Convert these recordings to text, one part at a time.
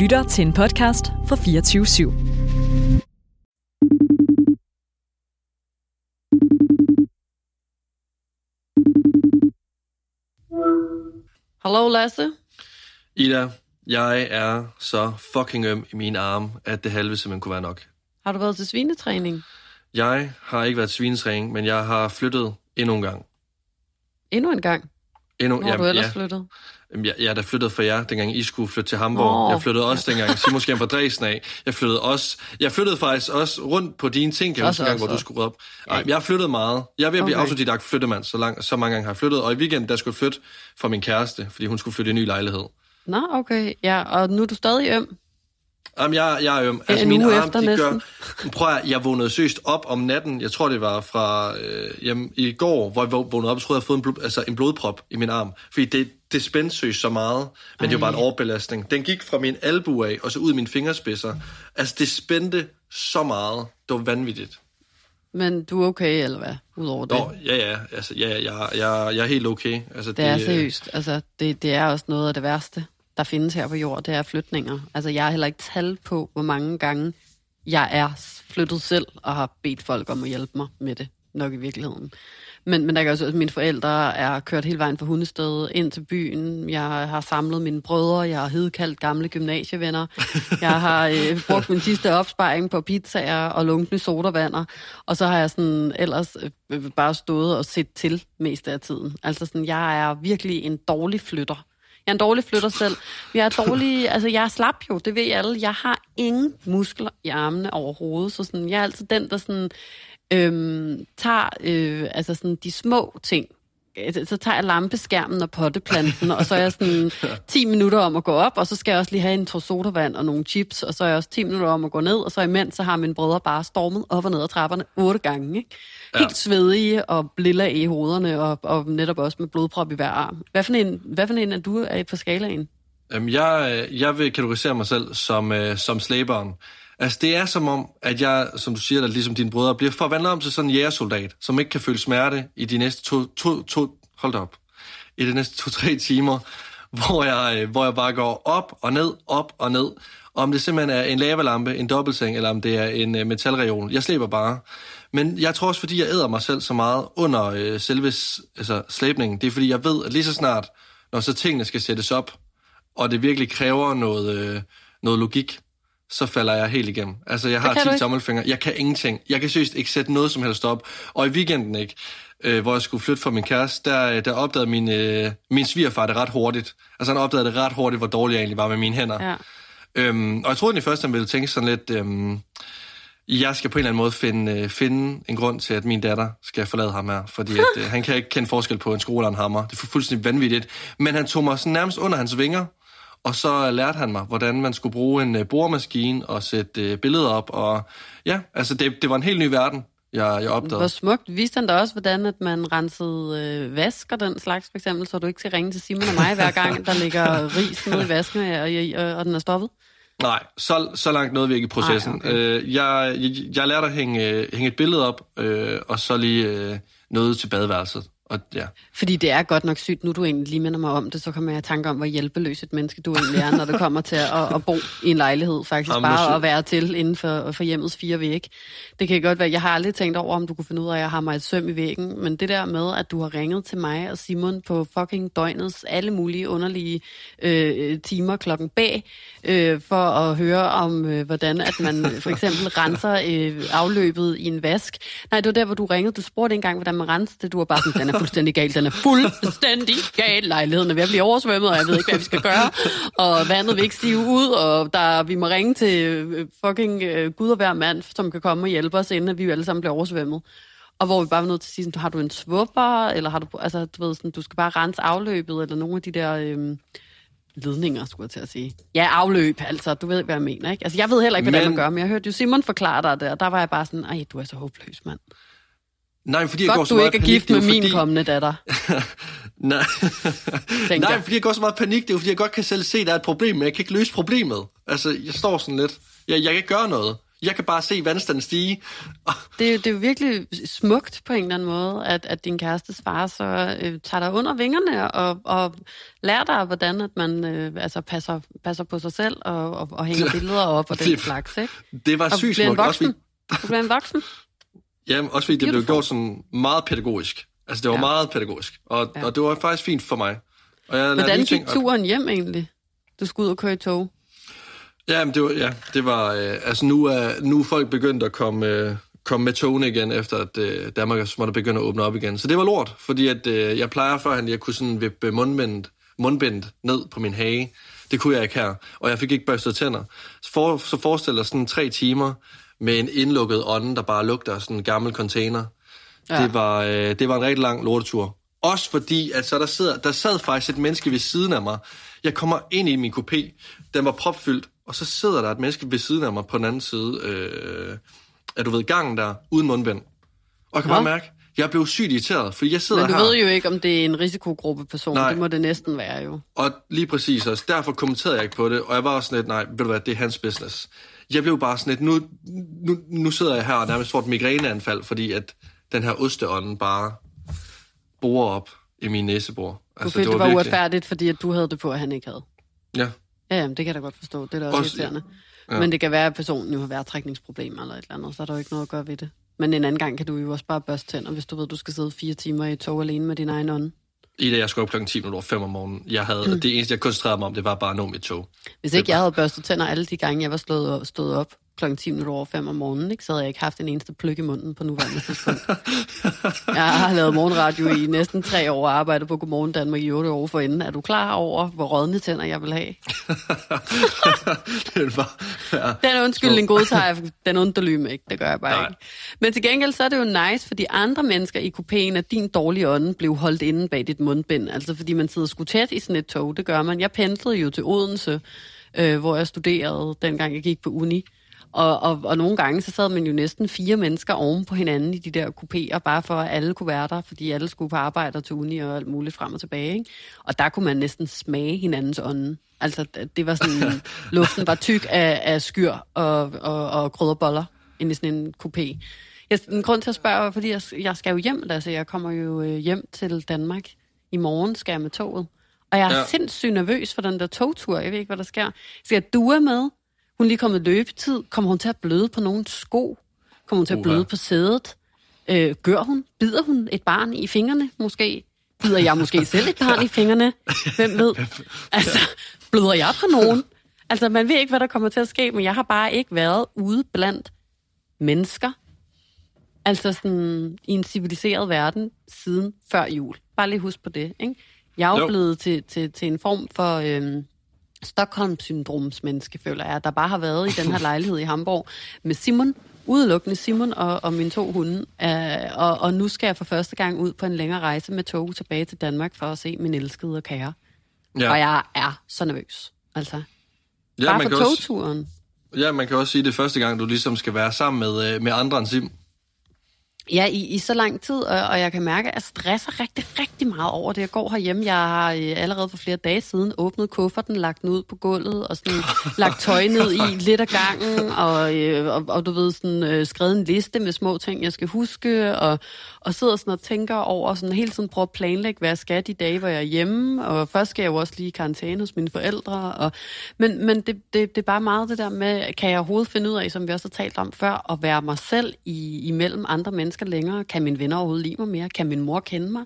lytter til en podcast fra 24/7. Hallo Lasse. Ida, jeg er så fucking øm i mine arme, at det halve simpelthen kunne være nok. Har du været til svinetræning? Jeg har ikke været til svinetræning, men jeg har flyttet endnu en gang. Endnu en gang? Hvor har du ellers flyttet? Jeg er da flyttet for jer, dengang I skulle flytte til Hamburg. Jeg flyttede også dengang Simon skal hjem fra Dresden af. Jeg flyttede faktisk også rundt på dine ting, hvor du skulle op. Ej, jeg har flyttet meget. Jeg er ved at blive autodidakt flyttemand, så mange gange har jeg flyttet. Og i weekenden, der skulle jeg flytte fra min kæreste, fordi hun skulle flytte i en ny lejlighed. Nå, okay. Ja, og nu er du stadig øm? Jamen, jeg er øm. Altså, min arm, de gør... Prøv at jeg vågnede søst op om natten. Jeg tror, det var fra i går, hvor jeg vågnede op, og troede, jeg havde fået en blodprop i min arm. Fordi det spændte søst så meget, men det var bare en overbelastning. Den gik fra min albue af, og så ud af mine fingerspidser. Altså, det spændte så meget. Det var vanvittigt. Men du er okay, eller hvad? Udover det? Ja. Altså, jeg er helt okay. Altså, det er seriøst. Altså, det er også noget af det værste, der findes her på jorden, det er flytninger. Altså, jeg har heller ikke tal på, hvor mange gange jeg er flyttet selv, og har bedt folk om at hjælpe mig med det, nok i virkeligheden. Men der kan også, at mine forældre er kørt hele vejen fra Hundested ind til byen. Jeg har samlet mine brødre, jeg har hedkaldt gamle gymnasievenner. Jeg har brugt min sidste opsparing på pizzaer og lunkne sodavander. Og så har jeg sådan ellers bare stået og set til mest af tiden. Altså sådan, jeg er virkelig en dårlig flytter. Jeg er en dårlig flytter selv. Jeg er dårlig, altså jeg er slap jo, det ved alle. Jeg har ingen muskler i armene overhovedet, så sådan, jeg er altid den, der sådan, tager altså sådan de små ting. Så tager jeg lampeskærmen og potteplanten, og så er jeg sådan 10 minutter om at gå op, og så skal jeg også lige have en tår sodavand og nogle chips, og så er jeg også 10 minutter om at gå ned, og så imens så har mine brødre bare stormet op og ned ad trapperne 8 gange, ikke? Helt svedige og lilla i hovederne, og netop også med blodprop i hver arm. Hvad for en er du på skalaen? Jeg vil kategorisere mig selv som slæberen. Altså, det er som om, at jeg, som du siger, der ligesom dine brødre, bliver forvandlet om til sådan en jægersoldat, som ikke kan føle smerte i de næste i de næste 2-3 timer, hvor jeg bare går op og ned, om det simpelthen er en lavalampe, en dobbeltseng, eller om det er en metalreol. Jeg slæber bare. Men jeg tror også, fordi jeg æder mig selv så meget under selve slæbningen, det er fordi, jeg ved, at lige så snart, når så tingene skal sættes op, og det virkelig kræver noget logik, så falder jeg helt igennem. Altså, jeg har 10 tommelfingre. Jeg kan ingenting. Jeg kan seriøst ikke sætte noget som helst op. Og i weekenden, ikke, hvor jeg skulle flytte fra min kæreste, der opdagede min svigerfar det ret hurtigt. Altså, han opdagede det ret hurtigt, hvor dårlig jeg egentlig var med mine hænder. Ja. Og jeg troede, at først han ville tænke sådan lidt, jeg skal på en eller anden måde finde en grund til, at min datter skal forlade ham her. Fordi at, han kan ikke kende forskel på en skrue eller en hammer. Det er fuldstændig vanvittigt. Men han tog mig sådan nærmest under hans vinger, og så lærte han mig, hvordan man skulle bruge en boremaskine og sætte billeder op. Og ja, altså det var en helt ny verden, jeg opdagede. Hvor smukt. Viste han da også, hvordan at man rensede vask og den slags, for eksempel, så du ikke skal ringe til Simon og mig hver gang, der ligger ris nede i vasken, og den er stoppet? Nej, så langt nåede vi ikke i processen. Okay. Jeg lærte at hænge et billede op, og så lige noget til badeværelset. Og, ja. Fordi det er godt nok sygt, nu du egentlig lige minder mig om det, så kommer jeg i tanke om, hvor hjælpeløs et menneske du egentlig er, når det kommer til at bo i en lejlighed, faktisk bare at være til inden for hjemmets 4 vægge. Det kan godt være, jeg har aldrig tænkt over, om du kunne finde ud af, at jeg har mig et søm i væggen, men det der med, at du har ringet til mig og Simon på fucking døgnets alle mulige underlige timer klokken bag, for at høre om, hvordan at man for eksempel renser afløbet i en vask. Nej, det var der, hvor du ringede. Du spurgte engang, hvordan man renser det. Du var bare sådan, den er fuldstændig gal. Den er fuldstændig gal. Lejligheden er ved at blive oversvømmet, og jeg ved ikke, hvad vi skal gøre. Og vandet vil ikke stive ud, og vi må ringe til fucking Gud og hver mand, som kan komme og hjælpe os, inden vi alle sammen bliver oversvømmet. Og hvor vi bare var nødt til at sige, har du en svupper, eller har du, altså, du ved, sådan, du skal bare rense afløbet, eller nogle af de der ledninger, skulle jeg til at sige. Ja, afløb, altså, du ved, hvad jeg mener, ikke? Altså, jeg ved heller ikke, hvordan man gør, men jeg hørte jo Simon forklare dig det, og der var jeg bare sådan, ej, du er så håbløs, mand. Nej, fordi godt, jeg går så meget panik. Godt, du ikke er gift med min kommende datter. Nej, fordi jeg går så meget panik, det er jo, fordi jeg godt kan selv se, at der er et problem, men jeg kan ikke løse problemet. Altså, jeg står sådan lidt, jeg kan ikke gøre noget. Jeg kan bare se vandstanden stige. Det er jo virkelig smukt på en eller anden måde, at din kærestes far så tager dig under vingerne og lærer dig, hvordan at man passer på sig selv og hænger billeder op og den slags, ikke? Det var sygt smukt. Du bliver en voksen? Jamen, også fordi det blev gjort sådan meget pædagogisk. Altså, det var meget pædagogisk, og det var faktisk fint for mig. Og jeg hvordan gik turen hjem egentlig? Du skulle ud og køre i tog? Jamen, det var altså nu er folk begyndt at komme med togene igen, efter at Danmark måtte begynde at åbne op igen. Så det var lort, fordi at jeg plejer førhen, jeg kunne sådan vippe mundbind ned på min hage. Det kunne jeg ikke her, og jeg fik ikke børstet tænder. Så forestil dig sådan 3 timer med en indlukket ånde, der bare lugter af sådan en gammel container. Ja. Det var en rigtig lang lortetur. Også fordi, at så der sad faktisk et menneske ved siden af mig. Jeg kommer ind i min coupé, den var propfyldt, og så sidder der et menneske ved siden af mig på den anden side af, gangen der, uden mundbind. Og jeg kan bare mærke, jeg blev sygt irriteret, fordi jeg sidder her. Men du ved jo ikke, om det er en risikogruppeperson. Nej. Det må det næsten være jo. Og lige præcis også, derfor kommenterede jeg ikke på det, og jeg var også sådan lidt, nej, ved du hvad, det er hans business. Jeg blev bare sådan lidt, nu sidder jeg her og nærmest får et migræneanfald, fordi at den her osteånden bare borer op i min næsebor. Altså, du følte, det var uretfærdigt, fordi at du havde det på, at han ikke havde? Ja. Ja, det kan jeg da godt forstå. Det er da også irriterende. Ja. Men det kan være, at personen jo har vejrtrækningsproblemer eller et eller andet, så er der jo ikke noget at gøre ved det. Men en anden gang kan du jo også bare børste tænder, hvis du ved, du skal sidde 4 timer i et tog alene med din egen ånde. I det, jeg skulle op klokken 10:05 om morgenen. Det eneste, jeg koncentrerede mig om, det var bare at nå mit tog. Hvis ikke jeg havde børstet tænder alle de gange, jeg var stået op klokken 10:05 om morgenen, ikke, så havde jeg ikke haft en eneste pløk i munden på nuværende tidspunkt. Jeg har lavet morgenradio i næsten 3 år og arbejdet på Godmorgen Danmark i 8 år forinden. Er du klar over, hvor rådne tænder jeg vil have? Den undskyldning godtager jeg, den underlyme ikke. Det gør jeg bare ikke. Men til gengæld så er det jo nice, fordi andre mennesker i kupéen, at din dårlige ånde blev holdt inde bag dit mundbind. Altså fordi man sidder sgu tæt i sådan et tog, det gør man. Jeg pendlede jo til Odense, hvor jeg studerede, dengang jeg gik på uni. Og nogle gange, så sad man jo næsten 4 mennesker oven på hinanden i de der kupéer, bare for at alle kunne være der, fordi alle skulle på arbejde og til uni og alt muligt frem og tilbage, ikke? Og der kunne man næsten smage hinandens ånde. Altså, det var sådan, luften var tyk af skyr og krydderboller ind i sådan en kupé. En grund til at spørge var, fordi jeg skal jo hjem, altså jeg kommer jo hjem til Danmark. I morgen skal jeg med toget. Og jeg er sindssygt nervøs for den der togtur. Jeg ved ikke, hvad der sker. Skal jeg due med? Hun er lige kommet løbetid. Kommer hun til at bløde på nogle sko? Kommer hun til at bløde på sædet? Gør hun? Bider hun et barn i fingrene måske? Bider jeg måske selv et barn i fingrene? Hvem ved? Altså, bløder jeg på nogen? Altså, man ved ikke, hvad der kommer til at ske, men jeg har bare ikke været ude blandt mennesker. Altså sådan i en civiliseret verden siden før jul. Bare lige husk på det, ikke? Jeg er jo blevet til en form for Stockholm-syndromsmenneske, føler jeg, der bare har været i den her lejlighed i Hamburg med Simon, udelukkende Simon og mine 2 hunde. Og nu skal jeg for første gang ud på en længere rejse med tog tilbage til Danmark for at se min elskede og kære. Ja. Og jeg er så nervøs. Altså, bare for togturen. Ja, man kan også sige, det første gang, du ligesom skal være sammen med andre end Sim. Ja, i så lang tid, og jeg kan mærke, at jeg stresser rigtig, rigtig meget over det. Jeg går herhjemme, jeg har allerede for flere dage siden åbnet kufferten, lagt den ud på gulvet, og sådan lagt tøj ned i lidt af gangen, og du ved, sådan skrevet en liste med små ting, jeg skal huske, og sidder sådan og tænker over, sådan hele tiden prøver at planlægge, hvad jeg skal de dage, hvor jeg er hjemme, og først skal jeg jo også lige i karantæne hos mine forældre, men det er bare meget det der med, kan jeg overhovedet finde ud af, som vi også har talt om før, at være mig selv imellem andre mennesker længere? Kan mine venner overhovedet lide mig mere? Kan min mor kende mig?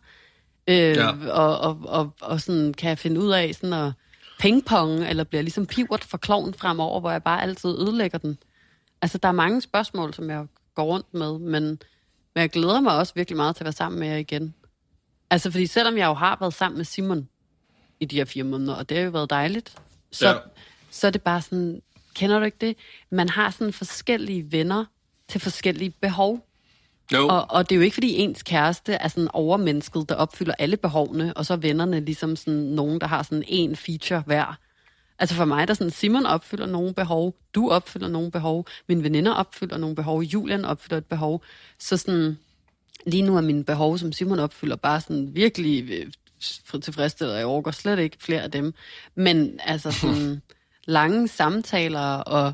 Og sådan, kan jeg finde ud af sådan at pingpong, eller bliver ligesom pivot for klovn fremover, hvor jeg bare altid ødelægger den? Altså, der er mange spørgsmål, som jeg går rundt med, men jeg glæder mig også virkelig meget til at være sammen med jer igen. Altså, fordi selvom jeg jo har været sammen med Simon i de her 4 måneder, og det har jo været dejligt, så er det bare sådan, kender du ikke det? Man har sådan forskellige venner til forskellige behov. Og det er jo ikke, fordi ens kæreste er sådan overmennesket, der opfylder alle behovene, og så er vennerne ligesom sådan nogen, der har sådan en feature hver. Altså for mig, der sådan, Simon opfylder nogle behov, du opfylder nogle behov, mine veninder opfylder nogle behov, Julian opfylder et behov. Så sådan, lige nu er mine behov, som Simon opfylder, bare sådan virkelig tilfredsstillet, og jeg overgår slet ikke flere af dem. Men altså sådan lange samtaler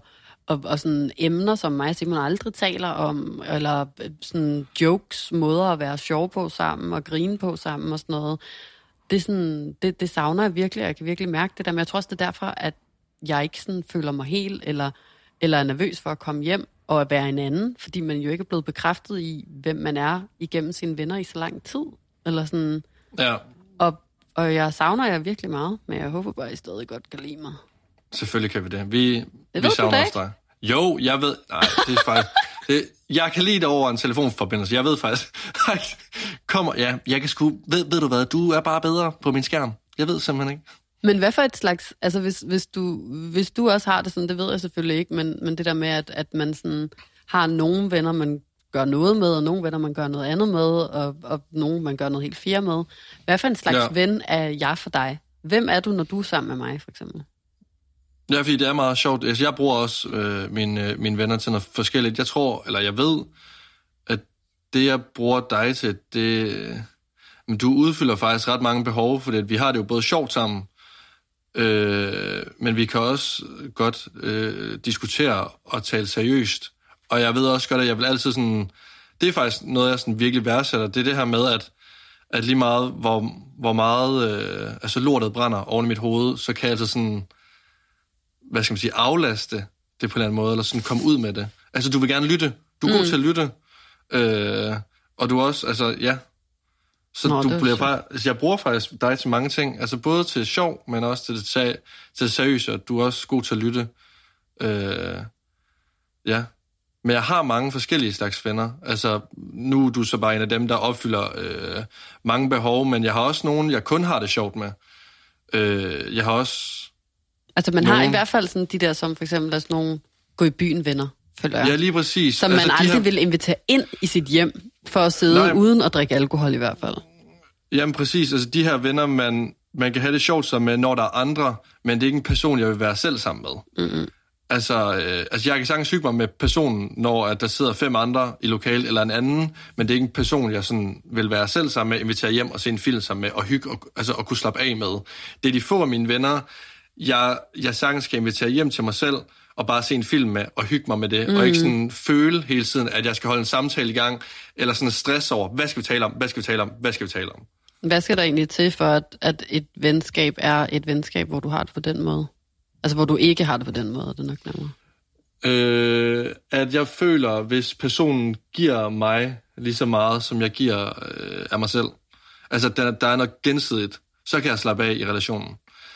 og sådan emner, som mig og Simon aldrig taler om, eller sådan jokes, måder at være sjov på sammen, og grine på sammen og sådan noget. Det er sådan, det savner jeg virkelig, og jeg kan virkelig mærke det der, men jeg tror også, det er derfor, at jeg ikke sådan føler mig helt, eller er nervøs for at komme hjem og at være en anden, fordi man jo ikke er blevet bekræftet i, hvem man er igennem sine venner i så lang tid, eller sådan. Ja. Og jeg savner jer virkelig meget, men jeg håber bare, I stadig godt kan lide mig. Selvfølgelig kan vi det. Vi savner også dig. Jo, jeg ved... Nej, det er faktisk... jeg kan lide det over en telefonforbindelse. Jeg ved faktisk... Ja, jeg kan sgu... Ved du hvad? Du er bare bedre på min skærm. Jeg ved simpelthen ikke. Men hvad for et slags... Altså, hvis du også har det sådan, det ved jeg selvfølgelig ikke, men det der med, at man sådan har nogle venner, man gør noget med, og nogle venner, man gør noget andet med, og nogle, man gør noget helt fjerde med. Hvad for en slags ven er jeg for dig? Hvem er du, når du er sammen med mig, for eksempel? Ja, fordi det er meget sjovt. Altså, jeg bruger også mine venner til noget forskelligt. Jeg tror, eller jeg ved, at det, jeg bruger dig til, det... Men du udfylder faktisk ret mange behov, fordi vi har det jo både sjovt sammen, men vi kan også godt diskutere og tale seriøst. Og jeg ved også godt, at jeg vil altid sådan... Det er faktisk noget, jeg sådan virkelig værdsætter. Det er det her med, at lige meget, hvor meget lortet brænder oven i mit hoved, så kan jeg altså sådan... Hvad skal man sige? Aflaste det på en eller anden måde, eller sådan komme ud med det. Altså, du vil gerne lytte. Du er god til at lytte. Og du også, altså, ja... Så du bliver bare, altså jeg bruger faktisk dig til mange ting, altså både til sjov, men også til det seriøse, og du er også god til at lytte. Ja. Men jeg har mange forskellige slags venner. Altså, nu er du så bare en af dem, der opfylder mange behov, men jeg har også nogen, jeg kun har det sjovt med. Jeg har også... Altså, man har i hvert fald sådan de der, som for eksempel, der er sådan nogle gå i byen venner, føler jeg. Ja, lige præcis. Som man aldrig vil invitere ind i sit hjem, for at sidde uden at drikke alkohol i hvert fald. Jamen præcis, altså de her venner, man kan have det sjovt sammen med, når der er andre, men det er ikke en person, jeg vil være selv sammen med. Mm-hmm. Altså jeg kan sagtens hygge mig med personen, når at der sidder 5 andre i lokalet eller en anden, men det er ikke en person, jeg sådan vil være selv sammen med, invitere hjem og se en film sammen med, og hygge, og kunne slappe af med. Det er de få af mine venner, jeg sagtens skal invitere hjem til mig selv, og bare se en film med, og hygge mig med det, og ikke sådan føle hele tiden, at jeg skal holde en samtale i gang, eller sådan stress over, hvad skal vi tale om? Hvad skal der egentlig til for, at et venskab er et venskab, hvor du har det på den måde? Altså, hvor du ikke har det på den måde, det er nok nemmere. At jeg føler, hvis personen giver mig lige så meget, som jeg giver af mig selv, altså, der er noget gensidigt, så kan jeg slappe af i relationen.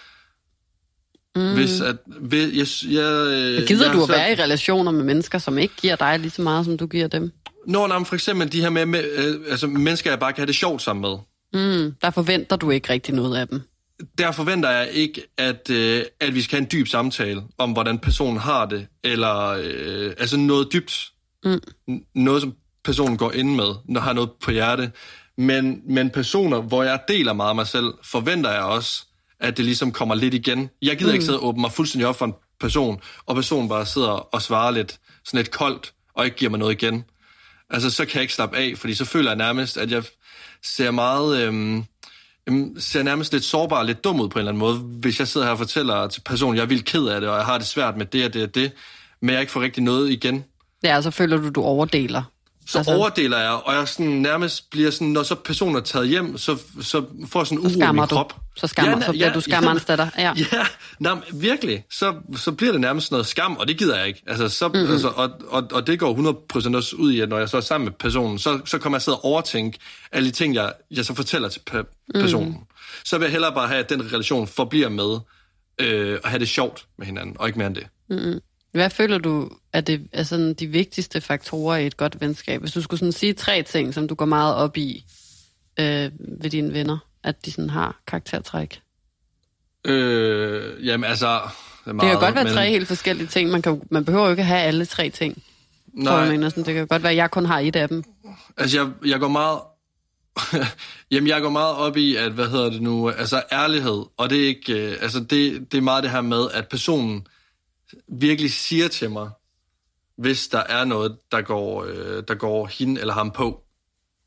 Gider du at være i relationer med mennesker, som ikke giver dig lige så meget, som du giver dem? For eksempel de her med mennesker, jeg bare kan have det sjovt sammen med. Der forventer du ikke rigtig noget af dem. Der forventer jeg ikke, at vi skal have en dyb samtale om, hvordan personen har det, eller noget dybt. Noget, som personen går ind med, når har noget på hjerte. Men personer, hvor jeg deler meget af mig selv, forventer jeg også, at det ligesom kommer lidt igen. Jeg gider ikke sidde og åbne mig fuldstændig op for en person, og personen bare sidder og svarer lidt koldt, og ikke giver mig noget igen. Altså, så kan jeg ikke slappe af, fordi så føler jeg nærmest, at jeg ser nærmest lidt sårbar og lidt dum ud på en eller anden måde, hvis jeg sidder her og fortæller til personen, jeg er vildt ked af det, og jeg har det svært med det og det og det, men jeg ikke får rigtig noget igen. Ja, så føler du overdeler. Så overdeler jeg, og jeg sådan nærmest bliver sådan, når så personen er taget hjem, så får jeg sådan uro i min krop. Så bliver du skammerens datter. Ja, virkelig. Så bliver det nærmest noget skam, og det gider jeg ikke. Altså, og det går 100% også ud i, at når jeg så er sammen med personen, så kommer jeg sidde og overtænke alle de ting, jeg så fortæller til personen. Så vil jeg hellere bare have, at den relation forbliver med at have det sjovt med hinanden, og ikke mere end det. Hvad føler du, at det er sådan de vigtigste faktorer i et godt venskab? Hvis du skulle sådan sige 3 ting, som du går meget op i ved dine venner, at de sådan har karaktertræk? Jamen altså... Det kan godt være 3 helt forskellige ting. Man behøver jo ikke at have alle 3 ting. Nej. Det kan godt være, at jeg kun har 1 af dem. Altså, jeg går meget... Jamen, jeg går meget op i, at, ærlighed, og det er ikke... det er meget det her med, at personen virkelig siger til mig, hvis der er noget, der går hende eller ham på.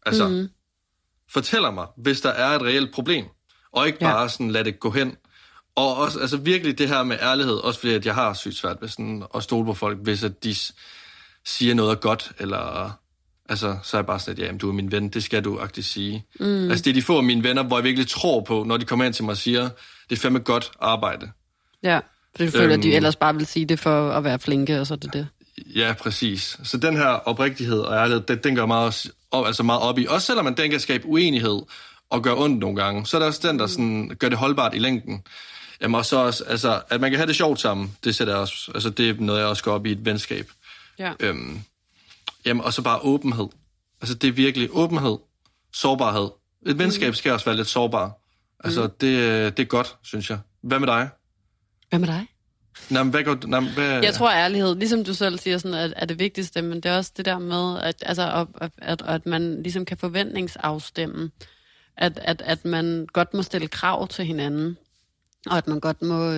Fortæller mig, hvis der er et reelt problem, og ikke bare sådan lade det gå hen. Og også, altså virkelig det her med ærlighed, også fordi at jeg har sygt svært ved sådan at stole på folk, hvis at de siger noget godt, eller altså, så er jeg bare sådan, at ja, du er min ven, det skal du aktivt sige. Altså det er de få af mine venner, hvor jeg virkelig tror på, når de kommer ind til mig og siger, det er fandme godt arbejde. Ja, for jeg føler, at de ellers bare vil sige det for at være flinke, og så er det det. Ja, præcis. Så den her oprigtighed og ærlighed, den gør meget op i. Også selvom man den kan skabe uenighed og gøre ondt nogle gange, så er der også den, der sådan, gør det holdbart i længden. Jamen og så også, altså, at man kan have det sjovt sammen, det sætter jeg også, altså det er noget, jeg også går op i et venskab. Ja. Jamen og så bare åbenhed. Altså det er virkelig åbenhed, sårbarhed. Et venskab skal også være lidt sårbar. Altså det er godt, synes jeg. Hvad med dig? Hvad med dig? Jeg tror ærlighed, ligesom du selv siger, sådan, er det vigtigste, men det er også det der med, at man ligesom kan forventningsafstemme, at man godt må stille krav til hinanden, og at man godt må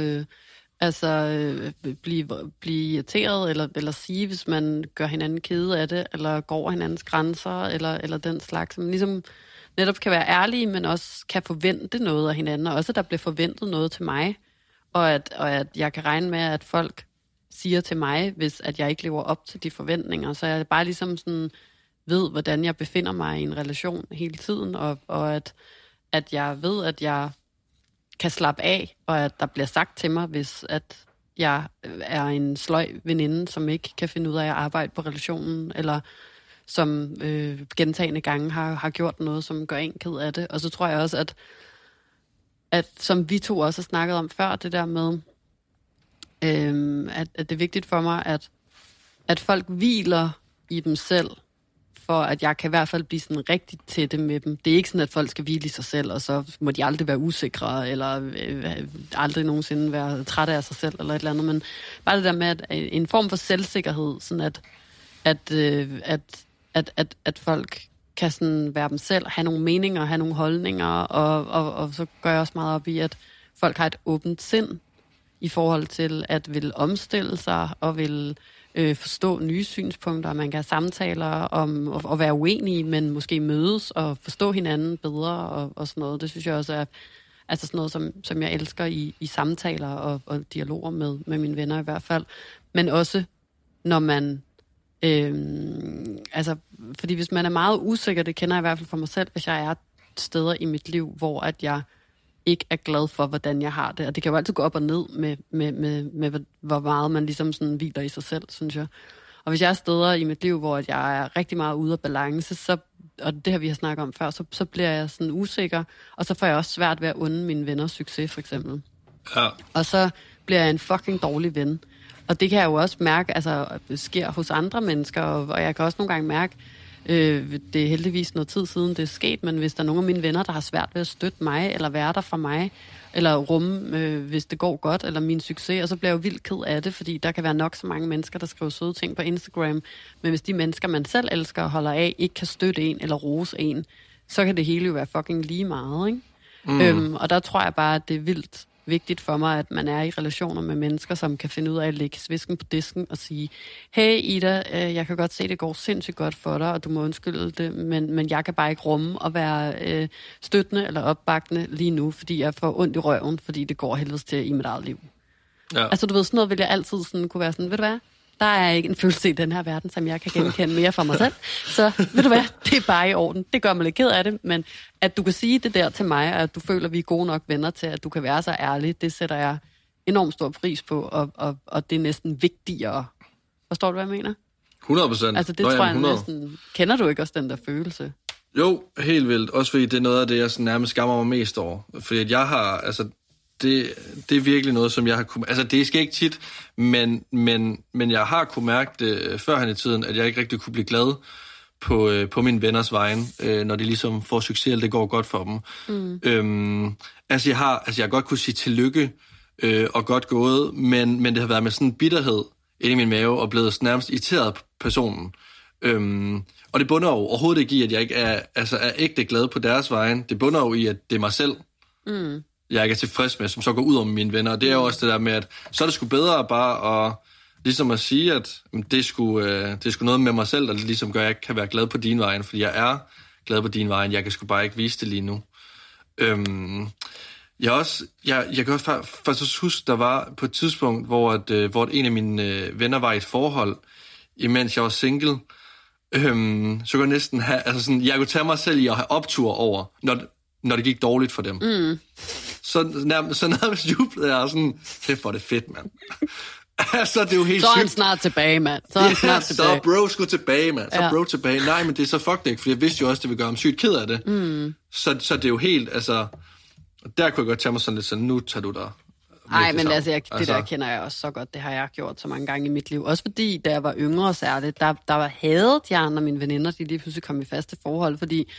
blive irriteret, eller sige, hvis man gør hinanden kede af det, eller går over hinandens grænser, eller den slags. Man ligesom netop kan være ærlige, men også kan forvente noget af hinanden, og også, at der bliver forventet noget til mig. Og at jeg kan regne med, at folk siger til mig, hvis at jeg ikke lever op til de forventninger. Så jeg bare ligesom sådan ved, hvordan jeg befinder mig i en relation hele tiden, og at jeg ved, at jeg kan slappe af, og at der bliver sagt til mig, hvis at jeg er en sløj veninde, som ikke kan finde ud af at arbejde på relationen, eller som gentagne gange har gjort noget, som gør en ked af det. Og så tror jeg også, at som vi to også har snakket om før, det der med, at det er vigtigt for mig, at folk hviler i dem selv, for at jeg kan i hvert fald blive sådan rigtig tætte med dem. Det er ikke sådan, at folk skal hvile i sig selv, og så må de aldrig være usikre, eller aldrig nogensinde være trætte af sig selv, eller et eller andet, men bare det der med, at en form for selvsikkerhed, sådan at folk kan sådan være dem selv, have nogle meninger, have nogle holdninger, og så gør jeg også meget op i, at folk har et åbent sind i forhold til at vil omstille sig og vil forstå nye synspunkter. Man kan have samtaler om at være uenige, men måske mødes og forstå hinanden bedre og sådan noget. Det synes jeg også er altså sådan noget, som jeg elsker i samtaler og dialoger med mine venner i hvert fald. Men også når man fordi hvis man er meget usikker, det kender jeg i hvert fald for mig selv, hvis jeg er steder i mit liv, hvor at jeg ikke er glad for, hvordan jeg har det. Og det kan jo altid gå op og ned med hvor meget man ligesom sådan hviler i sig selv, synes jeg. Og hvis jeg er steder i mit liv, hvor jeg er rigtig meget ude af balance, så, og det har vi har snakket om før, så bliver jeg sådan usikker, og så får jeg også svært ved at unde mine venners succes, for eksempel. Ja. Og så bliver jeg en fucking dårlig ven. Og det kan jeg jo også mærke, altså sker hos andre mennesker, og jeg kan også nogle gange mærke, det er heldigvis noget tid siden, det er sket, men hvis der er nogle af mine venner, der har svært ved at støtte mig, eller være der for mig, eller rumme, hvis det går godt, eller min succes, og så bliver jeg jo vildt ked af det, fordi der kan være nok så mange mennesker, der skriver søde ting på Instagram, men hvis de mennesker, man selv elsker og holder af, ikke kan støtte en, eller rose en, så kan det hele jo være fucking lige meget, ikke? Og der tror jeg bare, at det er vildt vigtigt for mig, at man er i relationer med mennesker, som kan finde ud af at lægge svisken på disken og sige, hey Ida, jeg kan godt se, det går sindssygt godt for dig, og du må undskylde det, men jeg kan bare ikke rumme at være støttende eller opbakkende lige nu, fordi jeg får ondt i røven, fordi det går helvedes til i mit eget liv. Ja. Altså du ved, sådan noget vil jeg altid sådan kunne være sådan, ved du hvad, der er ikke en følelse i den her verden, som jeg kan genkende mere for mig selv. Så ved du hvad, det er bare i orden. Det gør mig lidt ked af det, men at du kan sige det der til mig, og at du føler, at vi er gode nok venner til, at du kan være så ærlig, det sætter jeg enormt stor pris på, og det er næsten vigtigere. Forstår du, hvad jeg mener? 100%. Altså det tror jeg næsten... Kender du ikke også den der følelse? Jo, helt vildt. Også fordi det er noget af det, jeg sådan nærmest skammer mig mest over. Fordi at jeg har... Altså, det er virkelig noget, som jeg har kunnet... Altså, det sker ikke tit, men jeg har kunnet mærke det førhen i tiden, at jeg ikke rigtig kunne blive glad på mine venners vejen, når de ligesom får succes, eller det går godt for dem. Jeg har godt kunne sige tillykke og godt gået, men det har været med sådan en bitterhed inde i min mave, og blevet nærmest irriteret på personen. Og det bunder jo overhovedet ikke i, at jeg ikke er ægte glad på deres vejen. Det bunder jo i, at det er mig selv, jeg ikke er tilfreds med, som så går ud om mine venner. Og det er jo også det der med, at så er det sgu bedre bare at, ligesom at sige, at det er sgu noget med mig selv, der ligesom gør, at jeg ikke kan være glad på din vejen, fordi jeg er glad på din vejen. Jeg kan sgu bare ikke vise det lige nu. Jeg kan også faktisk huske, der var på et tidspunkt, hvor en af mine venner var i et forhold, imens jeg var single. Så kunne jeg næsten have, altså sådan, jeg kunne tage mig selv i at have optur over, når det gik dårligt for dem. Så nærmest jublede jeg sådan, kæft, hvor er det fedt, mand. Altså, det er jo helt sygt. Så er han sygt. snart tilbage, mand. Så bro skulle tilbage, mand. Så bro tilbage. Nej, men det er så fucked ikke, for jeg vidste jo også, det ville gøre ham sygt ked af det. Så det er jo helt, altså... Der kunne jeg godt tage mig sådan lidt, så nu tager du der. Nej, men altså, det der kender jeg også så godt. Det har jeg gjort så mange gange i mit liv. Også fordi, da jeg var yngre særligt, der havde de andre mine veninder, de lige pludselig kom i faste forhold, fordi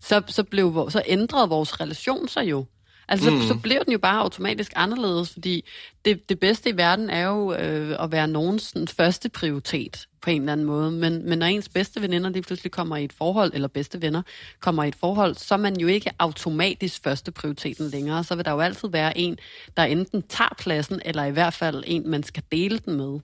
så ændrede vores relation sig jo. Altså, så blev den jo bare automatisk anderledes, fordi det bedste i verden er jo at være nogens første prioritet på en eller anden måde. Men når ens bedste veninder lige pludselig kommer i et forhold, eller bedste venner kommer i et forhold, så er man jo ikke automatisk første prioriteten længere. Så vil der jo altid være en, der enten tager pladsen, eller i hvert fald en, man skal dele den med.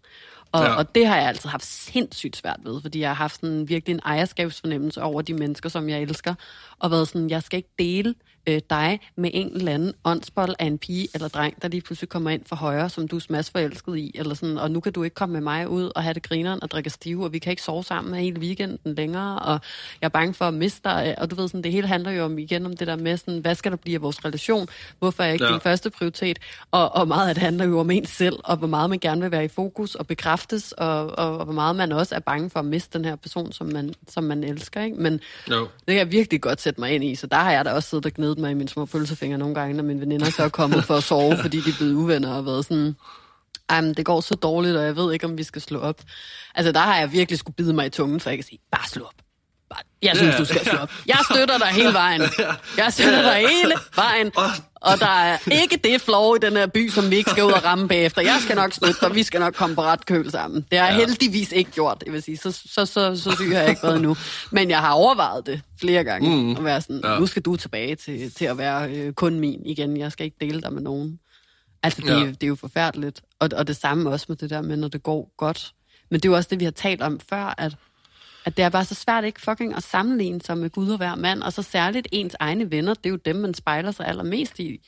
Og det har jeg altid haft sindssygt svært ved, fordi jeg har haft sådan virkelig en ejerskabsfornemmelse over de mennesker, som jeg elsker, og været sådan, jeg skal ikke dele dig med en eller anden åndsbold af en pige eller dreng, der lige pludselig kommer ind for højre, som du er smadsforelsket i, eller sådan, og nu kan du ikke komme med mig ud og have det grineren og drikke stive, og vi kan ikke sove sammen hele weekenden længere, og jeg er bange for at miste dig, og du ved sådan, det hele handler jo om det der med sådan, hvad skal der blive af vores relation, hvorfor er jeg ikke din første prioritet, og meget af det handler jo om en selv, og hvor meget man gerne vil være i fokus og bekræftes, og hvor meget man også er bange for at miste den her person, som man elsker, ikke? Men det kan jeg virkelig godt sætte mig ind i, så der har jeg da også siddet og gnedet mig i mine små pølsefingre nogle gange, når mine veninder så er kommet for at sove, fordi de er blevet uvenner og været sådan, men det går så dårligt, og jeg ved ikke, om vi skal slå op. Altså, der har jeg virkelig skulle bide mig i tungen, for jeg kan sige, bare slå op. Jeg synes, du skal slå op. Jeg støtter dig hele vejen. Jeg støtter dig hele vejen. Og der er ikke det floor i den her by, som vi ikke skal ud og ramme bagefter. Jeg skal nok støtte dig, vi skal nok komme på ret køl sammen. Det har jeg heldigvis ikke gjort, det vil sige. Så syg har jeg ikke været endnu. Men jeg har overvejet det flere gange. At være sådan, nu skal du tilbage til at være kun min igen. Jeg skal ikke dele dig med nogen. Altså, det er jo forfærdeligt. Og det samme også med det der med, når det går godt. Men det er jo også det, vi har talt om før, at det er bare så svært ikke fucking at sammenligne sig med Gud og hver mand, og så særligt ens egne venner, det er jo dem, man spejler sig allermest i.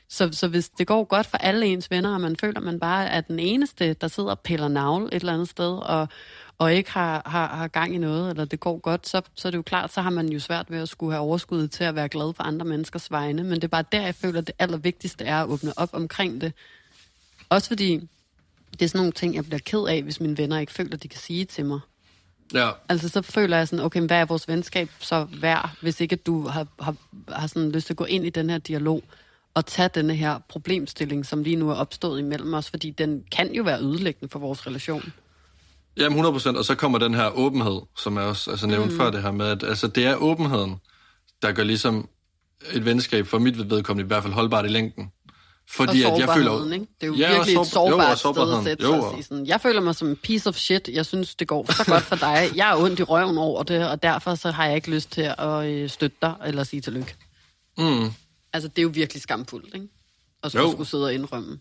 Så hvis det går godt for alle ens venner, og man føler, man bare er den eneste, der sidder og piller navl et eller andet sted, og ikke har gang i noget, eller det går godt, så er det jo klart, så har man jo svært ved at skulle have overskud til at være glad for andre menneskers vegne. Men det er bare der, jeg føler, at det allervigtigste er at åbne op omkring det. Også fordi det er sådan nogle ting, jeg bliver ked af, hvis mine venner ikke føler, de kan sige til mig. Ja. Altså, så føler jeg sådan, okay, hvad er vores venskab så værd, hvis ikke du har sådan lyst til at gå ind i den her dialog og tage denne her problemstilling, som lige nu er opstået imellem os, fordi den kan jo være ødelæggende for vores relation. Jamen 100%, og så kommer den her åbenhed, som jeg også nævnte før det her med, at altså, det er åbenheden, der gør ligesom et venskab for mit vedkommende i hvert fald holdbart i længden. Fordi at jeg føler, ikke? Det er jo virkelig et sårbart sted at sætte sig og sige sådan, jeg føler mig som en piece of shit, jeg synes, det går så godt for dig, jeg er ondt i røven over det, og derfor så har jeg ikke lyst til at støtte dig, eller sige tillykke. Altså, det er jo virkelig skamfuldt, ikke? Og så skulle sidde og indrømme.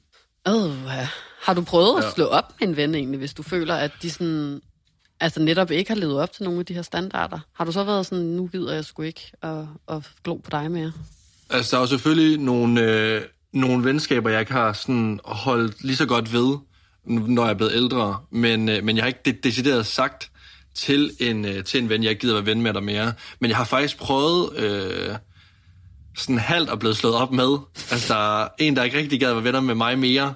Har du prøvet at slå op med en ven egentlig, hvis du føler, at de sådan, altså netop ikke har levet op til nogle af de her standarder? Har du så været sådan, nu gider jeg sgu ikke at glo på dig mere? Altså, der er jo selvfølgelig nogle venskaber, jeg ikke har sådan holdt lige så godt ved, når jeg er blevet ældre, men jeg har ikke decideret sagt til en ven, jeg ikke gider være ven med dig mere. Men jeg har faktisk prøvet sådan halvt at blive slået op med. Altså, der er en, der ikke rigtig gad være venner med mig mere.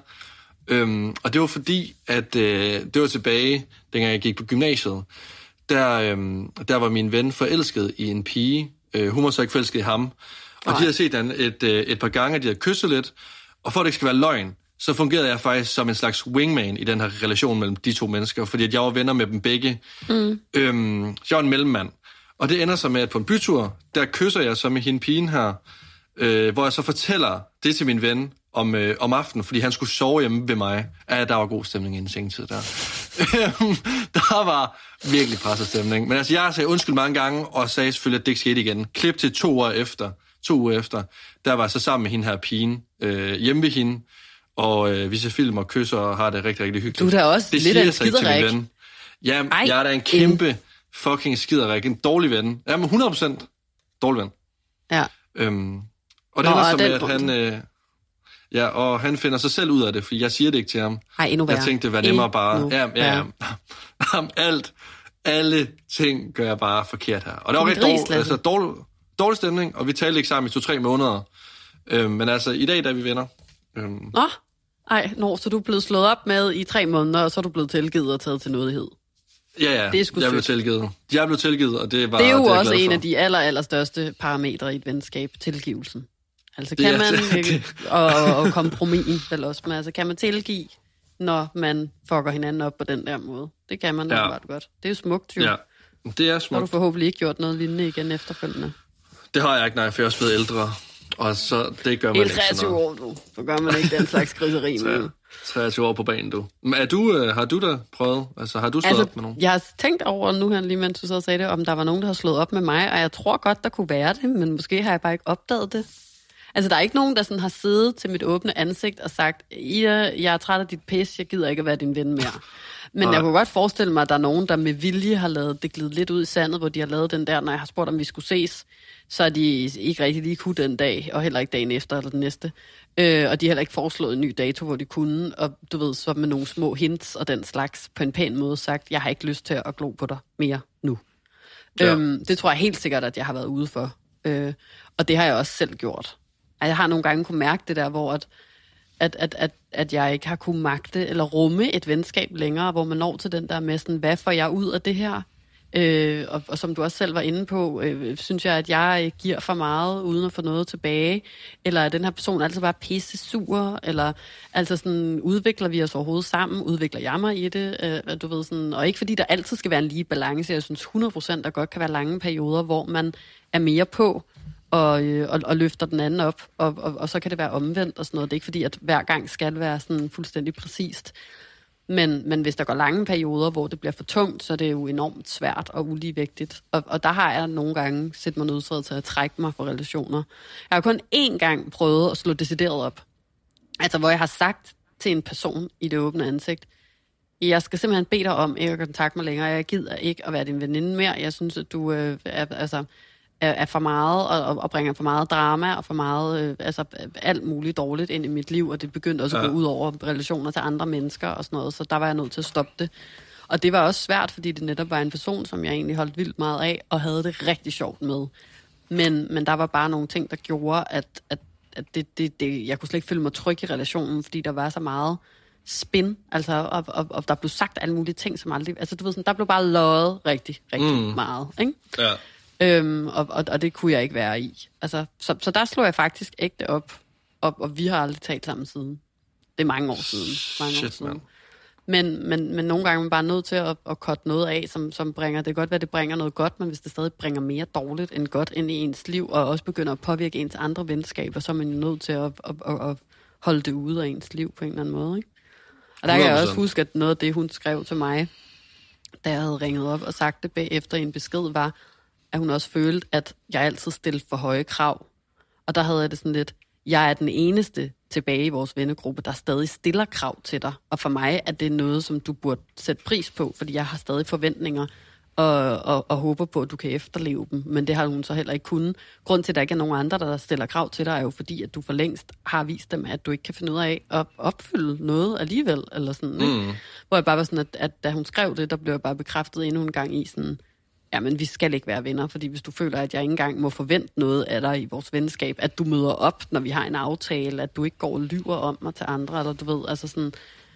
Og det var fordi, at det var tilbage, dengang jeg gik på gymnasiet. Der var min ven forelsket i en pige. Hun var så ikke forelsket i ham. Og de havde set den et par gange, de havde kysset lidt. Og for at det ikke skal være løgn, så fungerede jeg faktisk som en slags wingman i den her relation mellem de to mennesker. Fordi at jeg var venner med dem begge. Jeg var en mellemmand. Og det ender så med, at på en bytur, der kysser jeg så med hende pigen her. Hvor jeg så fortæller det til min ven om aftenen, fordi han skulle sove hjemme ved mig. Ja, der var god stemning inden sengetid der. Der var virkelig presset stemning. Men altså, jeg sagde undskyld mange gange, og sagde selvfølgelig, at det ikke skete igen. Klip til 2 uger efter, der var jeg så sammen med hende her pigen, hjemme ved hende, og vi ser film og kysser og har det rigtig, rigtig hyggeligt. Du er da også det lidt af en skiderik. Ja, jeg er da en kæmpe fucking skiderik. En dårlig ven. Jamen 100% dårlig ven. Ja. Og det er så med, at han... Ja, og han finder sig selv ud af det, for jeg siger det ikke til ham. Ej, endnu værre. Jeg tænkte, det var nemmere bare... Alle ting gør jeg bare forkert her. Og det var rigtig dårlig stemning, og vi talte ikke sammen i 2-3 måneder. Men altså, i dag, da vi venner... så du er blevet slået op med i 3 måneder, og så er du blevet tilgivet og taget til nådighed. Ja, det er jeg blev tilgivet. Jeg blev tilgivet, og det var... Det er jo også en af de allerstørste parametre i et venskab, tilgivelsen. Altså kan man... Og kompromissen vel også, men altså kan man tilgive, når man fucker hinanden op på den der måde? Det kan man ret godt. Det er jo smukt, jo. Ja, det er smukt. Har du forhåbentlig ikke gjort noget lignende igen efterfølgende? Det har jeg ikke, nej, for jeg er også blevet ældre. Og så, det gør man ikke sådan 23 år, du. Så gør man ikke den slags griseri med. 23 år på banen, du. Men har du da prøvet? Altså, har du slået op med nogen? Jeg har tænkt over nu her, lige mens du så sagde det, om der var nogen, der har slået op med mig, og jeg tror godt, der kunne være det, men måske har jeg bare ikke opdaget det. Altså, der er ikke nogen, der sådan har siddet til mit åbne ansigt og sagt, Ida, jeg er træt af dit pis, jeg gider ikke at være din ven mere. Men jeg kunne godt forestille mig, at der er nogen, der med vilje har lavet det glide lidt ud i sandet, hvor de har lavet den der, når jeg har spurgt, om vi skulle ses, så er de ikke rigtig lige kunne den dag, og heller ikke dagen efter eller den næste. Og de har heller ikke foreslået en ny dato, hvor de kunne, og du ved, så med nogle små hints og den slags på en pæn måde sagt, jeg har ikke lyst til at glo på dig mere nu. Ja. Det tror jeg helt sikkert, at jeg har været ude for. Og det har jeg også selv gjort. Jeg har nogle gange kunne mærke det der, hvor at jeg ikke har kunne magte eller rumme et venskab længere, hvor man når til den der med sådan, hvad får jeg ud af det her? Og som du også selv var inde på, synes jeg, at jeg giver for meget, uden at få noget tilbage, eller er den her person altid bare pisse sur, eller altså sådan, udvikler vi os overhovedet sammen, udvikler jeg mig i det, du ved sådan, og ikke fordi der altid skal være en lige balance, jeg synes 100% der godt kan være lange perioder, hvor man er mere på, og løfter den anden op, og så kan det være omvendt og sådan noget. Det er ikke fordi, at hver gang skal være sådan fuldstændig præcist. Men hvis der går lange perioder, hvor det bliver for tungt, så er det jo enormt svært og uligevægtigt. Og der har jeg nogle gange set mig nødsaget til at trække mig fra relationer. Jeg har kun én gang prøvet at slå decideret op. Altså, hvor jeg har sagt til en person i det åbne ansigt, jeg skal simpelthen bede dig om ikke at kontakte mig længere. Jeg gider ikke at være din veninde mere. Jeg synes, at du er for meget og bringer for meget drama og for meget alt muligt dårligt ind i mit liv, og det begyndte også at gå ud over relationer til andre mennesker og sådan noget, så der var jeg nødt til at stoppe det. Og det var også svært, fordi det netop var en person, som jeg egentlig holdt vildt meget af, og havde det rigtig sjovt med. Men der var bare nogle ting, der gjorde, at jeg kunne slet ikke føle mig tryg i relationen, fordi der var så meget spin, altså, og der blev sagt alle mulige ting, som aldrig... Altså, du ved sådan, der blev bare løjet rigtig meget, ikke? Ja. Og det kunne jeg ikke være i. Altså, så der slog jeg faktisk ægte op, og vi har aldrig talt sammen siden. Det er mange år siden. Men nogle gange er man bare nødt til at cutte noget af, som bringer, det kan godt være, det bringer noget godt, men hvis det stadig bringer mere dårligt end godt ind i ens liv, og også begynder at påvirke ens andre venskaber, så er man jo nødt til at holde det ude af ens liv på en eller anden måde, ikke? Og der kan jeg også huske, at noget af det, hun skrev til mig, da jeg havde ringet op og sagt det bagefter i en besked, var, at hun også følte, at jeg altid stillede for høje krav. Og der havde jeg det sådan lidt, jeg er den eneste tilbage i vores vennegruppe, der stadig stiller krav til dig. Og for mig er det noget, som du burde sætte pris på, fordi jeg har stadig forventninger og håber på, at du kan efterleve dem. Men det har hun så heller ikke kunnet. Grunden til, at der ikke er nogen andre, der stiller krav til dig, er jo fordi, at du for længst har vist dem, at du ikke kan finde ud af at opfylde noget alligevel. Eller sådan, ikke? Hvor jeg bare var sådan, at da hun skrev det, der blev jeg bare bekræftet endnu en gang i sådan, jamen, vi skal ikke være venner, fordi hvis du føler, at jeg ikke engang må forvente noget af dig i vores venskab, at du møder op, når vi har en aftale, at du ikke går og lyver om mig til andre, eller du ved, altså sådan,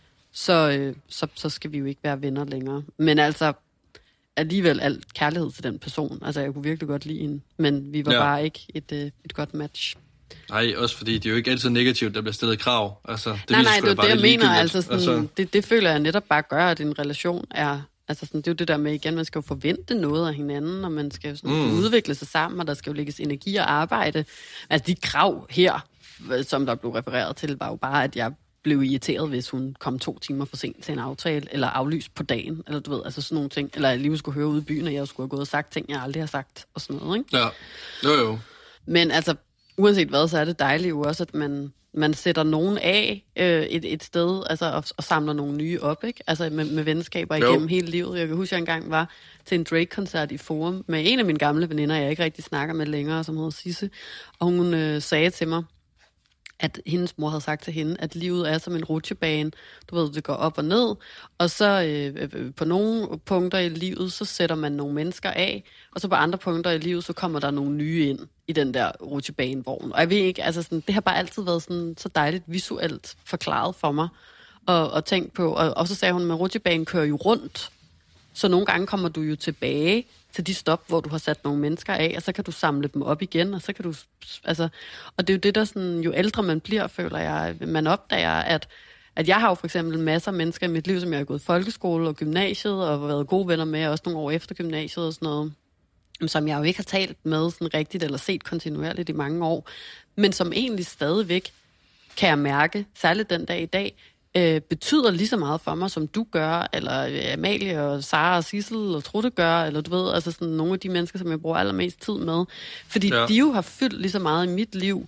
så skal vi jo ikke være venner længere. Men altså, alligevel alt kærlighed til den person. Altså, jeg kunne virkelig godt lide hende, men vi var bare ikke et godt match. Nej, også fordi det er jo ikke altid negativt, der bliver stillet krav. Altså, det nej, det er det, jeg mener. Altså, sådan, det føler jeg netop bare gør, at en relation er... Altså sådan, det er jo det der med, igen, man skal jo forvente noget af hinanden, og man skal sådan udvikle sig sammen, og der skal jo lægges energi og arbejde. Altså de krav her, som der blev refereret til, var jo bare, at jeg blev irriteret, hvis hun kom 2 timer for sent til en aftale, eller aflyst på dagen, eller du ved, altså sådan nogle ting. Eller jeg lige skulle høre ude i byen, og jeg skulle have gået og sagt ting, jeg aldrig har sagt, og sådan noget, ikke? Ja, jo. Men altså, uanset hvad, så er det dejligt jo også, at man sætter nogen af et sted, altså og samler nogle nye op, ikke? Altså med venskaber igennem hele livet. Jeg kan huske, at jeg engang var til en Drake-koncert i Forum med en af mine gamle veninder, jeg ikke rigtig snakker med længere, som hedder Sisse. Og hun sagde til mig, at hendes mor havde sagt til hende, at livet er som en rutsjebane. Du ved, det går op og ned, og så på nogle punkter i livet, så sætter man nogle mennesker af, og så på andre punkter i livet, så kommer der nogle nye ind i den der rutsjebanevogn. Og jeg ved ikke, altså sådan, det har bare altid været sådan, så dejligt visuelt forklaret for mig, og tænkt på, og så sagde hun, at rutsjebanen kører jo rundt, så nogle gange kommer du jo tilbage til de stop, hvor du har sat nogle mennesker af, og så kan du samle dem op igen, og så kan du, altså, og det er jo det, der sådan, jo ældre man bliver, føler jeg, man opdager, at jeg har jo for eksempel masser af mennesker i mit liv, som jeg har gået i folkeskole og gymnasiet, og været gode venner med, også nogle år efter gymnasiet og sådan noget, som jeg jo ikke har talt med sådan rigtigt, eller set kontinuerligt i mange år, men som egentlig stadigvæk, kan jeg mærke, særligt den dag i dag, betyder lige så meget for mig, som du gør, eller Amalie og Sara og Sissel og Trutte gør, eller du ved, altså sådan nogle af de mennesker, som jeg bruger allermest tid med. Fordi de jo har fyldt lige så meget i mit liv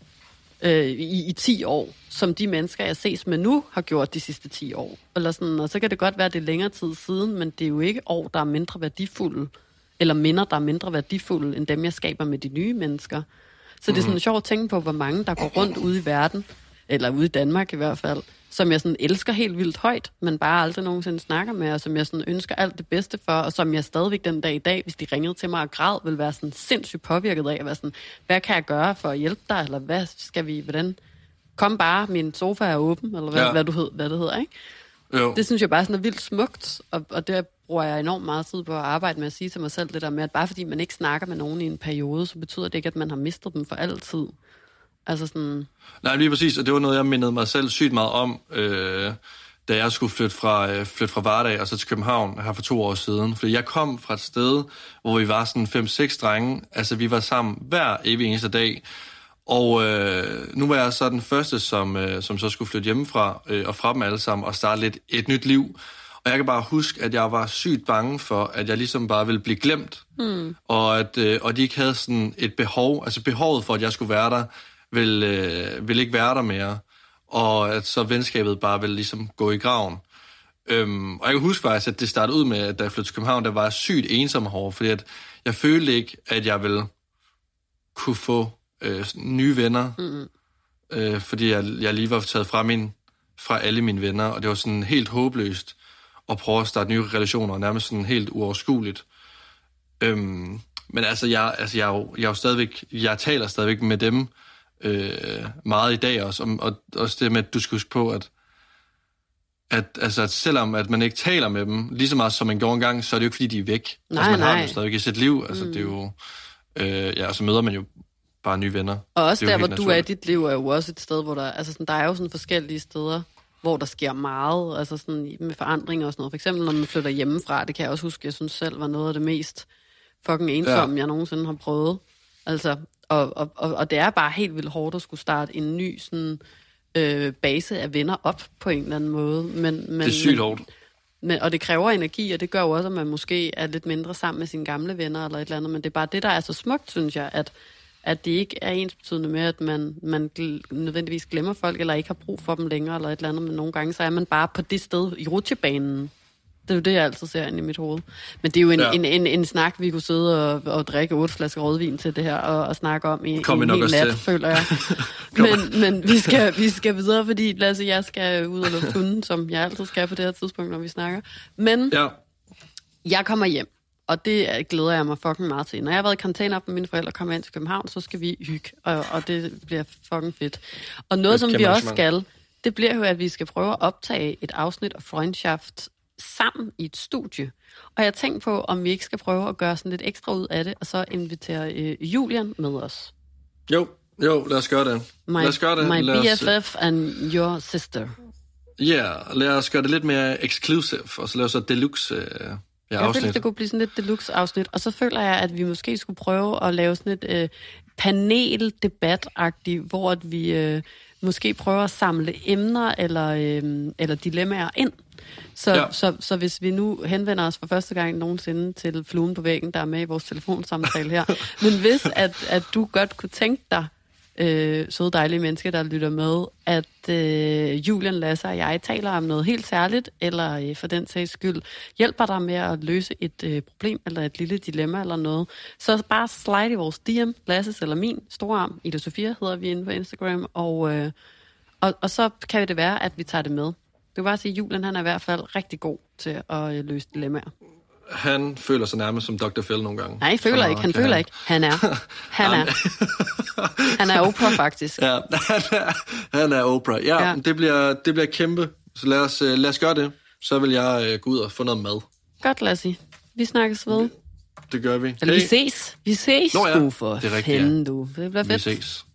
i 10 år, som de mennesker, jeg ses med nu, har gjort de sidste 10 år. Eller sådan, og så kan det godt være, at det er længere tid siden, men det er jo ikke år, der er mindre værdifulde, eller minder, der er mindre værdifulde, end dem, jeg skaber med de nye mennesker. Så det er sådan sjovt at tænke på, hvor mange, der går rundt ude i verden, eller ude i Danmark i hvert fald, som jeg sådan elsker helt vildt højt, men bare aldrig nogensinde snakker med, og som jeg sådan ønsker alt det bedste for, og som jeg stadigvæk den dag i dag, hvis de ringede til mig og græd, vil være sådan sindssygt påvirket af, at være sådan, hvad kan jeg gøre for at hjælpe dig, eller hvad skal vi, hvordan, kom bare, min sofa er åben, eller hvad det hedder, ikke? Jo. Det synes jeg bare sådan er vildt smukt, og det bruger jeg enormt meget tid på at arbejde med at sige til mig selv, det der med, at bare fordi man ikke snakker med nogen i en periode, så betyder det ikke, at man har mistet dem for altid. Altså sådan... Nej, lige præcis, og det var noget, jeg mindede mig selv sygt meget om, da jeg skulle flytte fra Vardag og så til København her for 2 år siden. Fordi jeg kom fra et sted, hvor vi var sådan 5-6 drenge, altså vi var sammen hver evig eneste dag, og nu var jeg så den første, som så skulle flytte hjemmefra, og fra dem alle sammen, og starte et nyt liv. Og jeg kan bare huske, at jeg var sygt bange for, at jeg ligesom bare ville blive glemt, og de ikke havde sådan et behov, altså behovet for, at jeg skulle være der, vil ikke være der mere, og at så venskabet bare vil ligesom gå i graven. Og jeg kan huske faktisk, at det startede ud med, at da jeg flyttede til København, der var jeg sygt ensom herovre, fordi at jeg følte ikke, at jeg ville kunne få nye venner, fordi jeg lige var taget fra alle mine venner, og det var sådan helt håbløst at prøve at starte nye relationer, nærmest sådan helt uoverskueligt. Men altså, jeg taler stadigvæk med dem meget i dag også, og også det med, at du skal huske på, at selvom at man ikke taler med dem lige så meget, som man gjorde engang, så er det jo ikke, fordi de er væk. Nej, altså, man har dem stadigvæk i sit liv. Altså, det er jo... så møder man jo bare nye venner. Og også der, hvor du er i dit liv, er jo også et sted, hvor der... Altså, sådan, der er jo sådan forskellige steder, hvor der sker meget, altså sådan med forandringer og sådan noget. For eksempel, når man flytter hjemmefra, det kan jeg også huske, jeg synes selv var noget af det mest fucking ensomme, jeg nogensinde har prøvet. Altså... Og det er bare helt vildt hårdt at skulle starte en ny sådan, base af venner op på en eller anden måde. Men, det er sygt hårdt. Og det kræver energi, og det gør jo også, at man måske er lidt mindre sammen med sine gamle venner eller et eller andet. Men det er bare det, der er så smukt, synes jeg, at det ikke er ensbetydende med, at man nødvendigvis glemmer folk, eller ikke har brug for dem længere eller et eller andet. Men nogle gange, så er man bare på det sted i rutsjebanen. Det er jo det, jeg altid ser ind i mit hoved. Men det er jo en snak, vi kunne sidde og drikke 8 flasker rødvin til det her, og snakke om i en hel nat, føler jeg. men vi skal videre, fordi Lasse, jeg skal ud og lukke hunden, som jeg altid skal på det her tidspunkt, når vi snakker. Men jeg kommer hjem, og det glæder jeg mig fucking meget til. Når jeg har været i container med mine forældre og kommer ind til København, så skal vi hygge, og det bliver fucking fedt. Og noget, som vi også skal, det bliver jo, at vi skal prøve at optage et afsnit af Freundschaft sammen i et studie. Og jeg tænkte på, om vi ikke skal prøve at gøre sådan lidt ekstra ud af det, og så invitere Julian med os. Jo, lad os gøre det. My BFF and your sister. Lad os gøre det lidt mere exclusive, og så lave så deluxe afsnit. Jeg føler, det kunne blive sådan lidt deluxe afsnit, og så føler jeg, at vi måske skulle prøve at lave sådan et paneldebat-agtigt, hvor at vi måske prøver at samle emner eller dilemmaer ind. Så hvis vi nu henvender os for første gang nogensinde til fluen på væggen, der er med i vores telefonsamtale her, men hvis at du godt kunne tænke dig, søde dejlige mennesker, der lytter med, at Julian, Lasse og jeg taler om noget helt særligt, eller for den sags skyld hjælper dig med at løse et problem, eller et lille dilemma eller noget, så bare slide i vores DM, Lasses eller min storarm, Ida Sofia hedder vi inde på Instagram, Og så kan det være, at vi tager det med. Du kan bare sige, at Julian han er i hvert fald rigtig god til at løse dilemmaer. Han føler sig nærmest som Dr. Phil nogle gange. Nej, han føler ikke. Han er. Han er Oprah, faktisk. Ja, han er Oprah. Ja. Det bliver kæmpe. Så lad os gøre det. Så vil jeg gå ud og få noget mad. Godt, Lassie. Vi snakkes ved. Det gør vi. Eller vi ses. Vi ses, Nå ja, du for det er rigtigt, fanden, du. Det bliver fedt. Vi ses.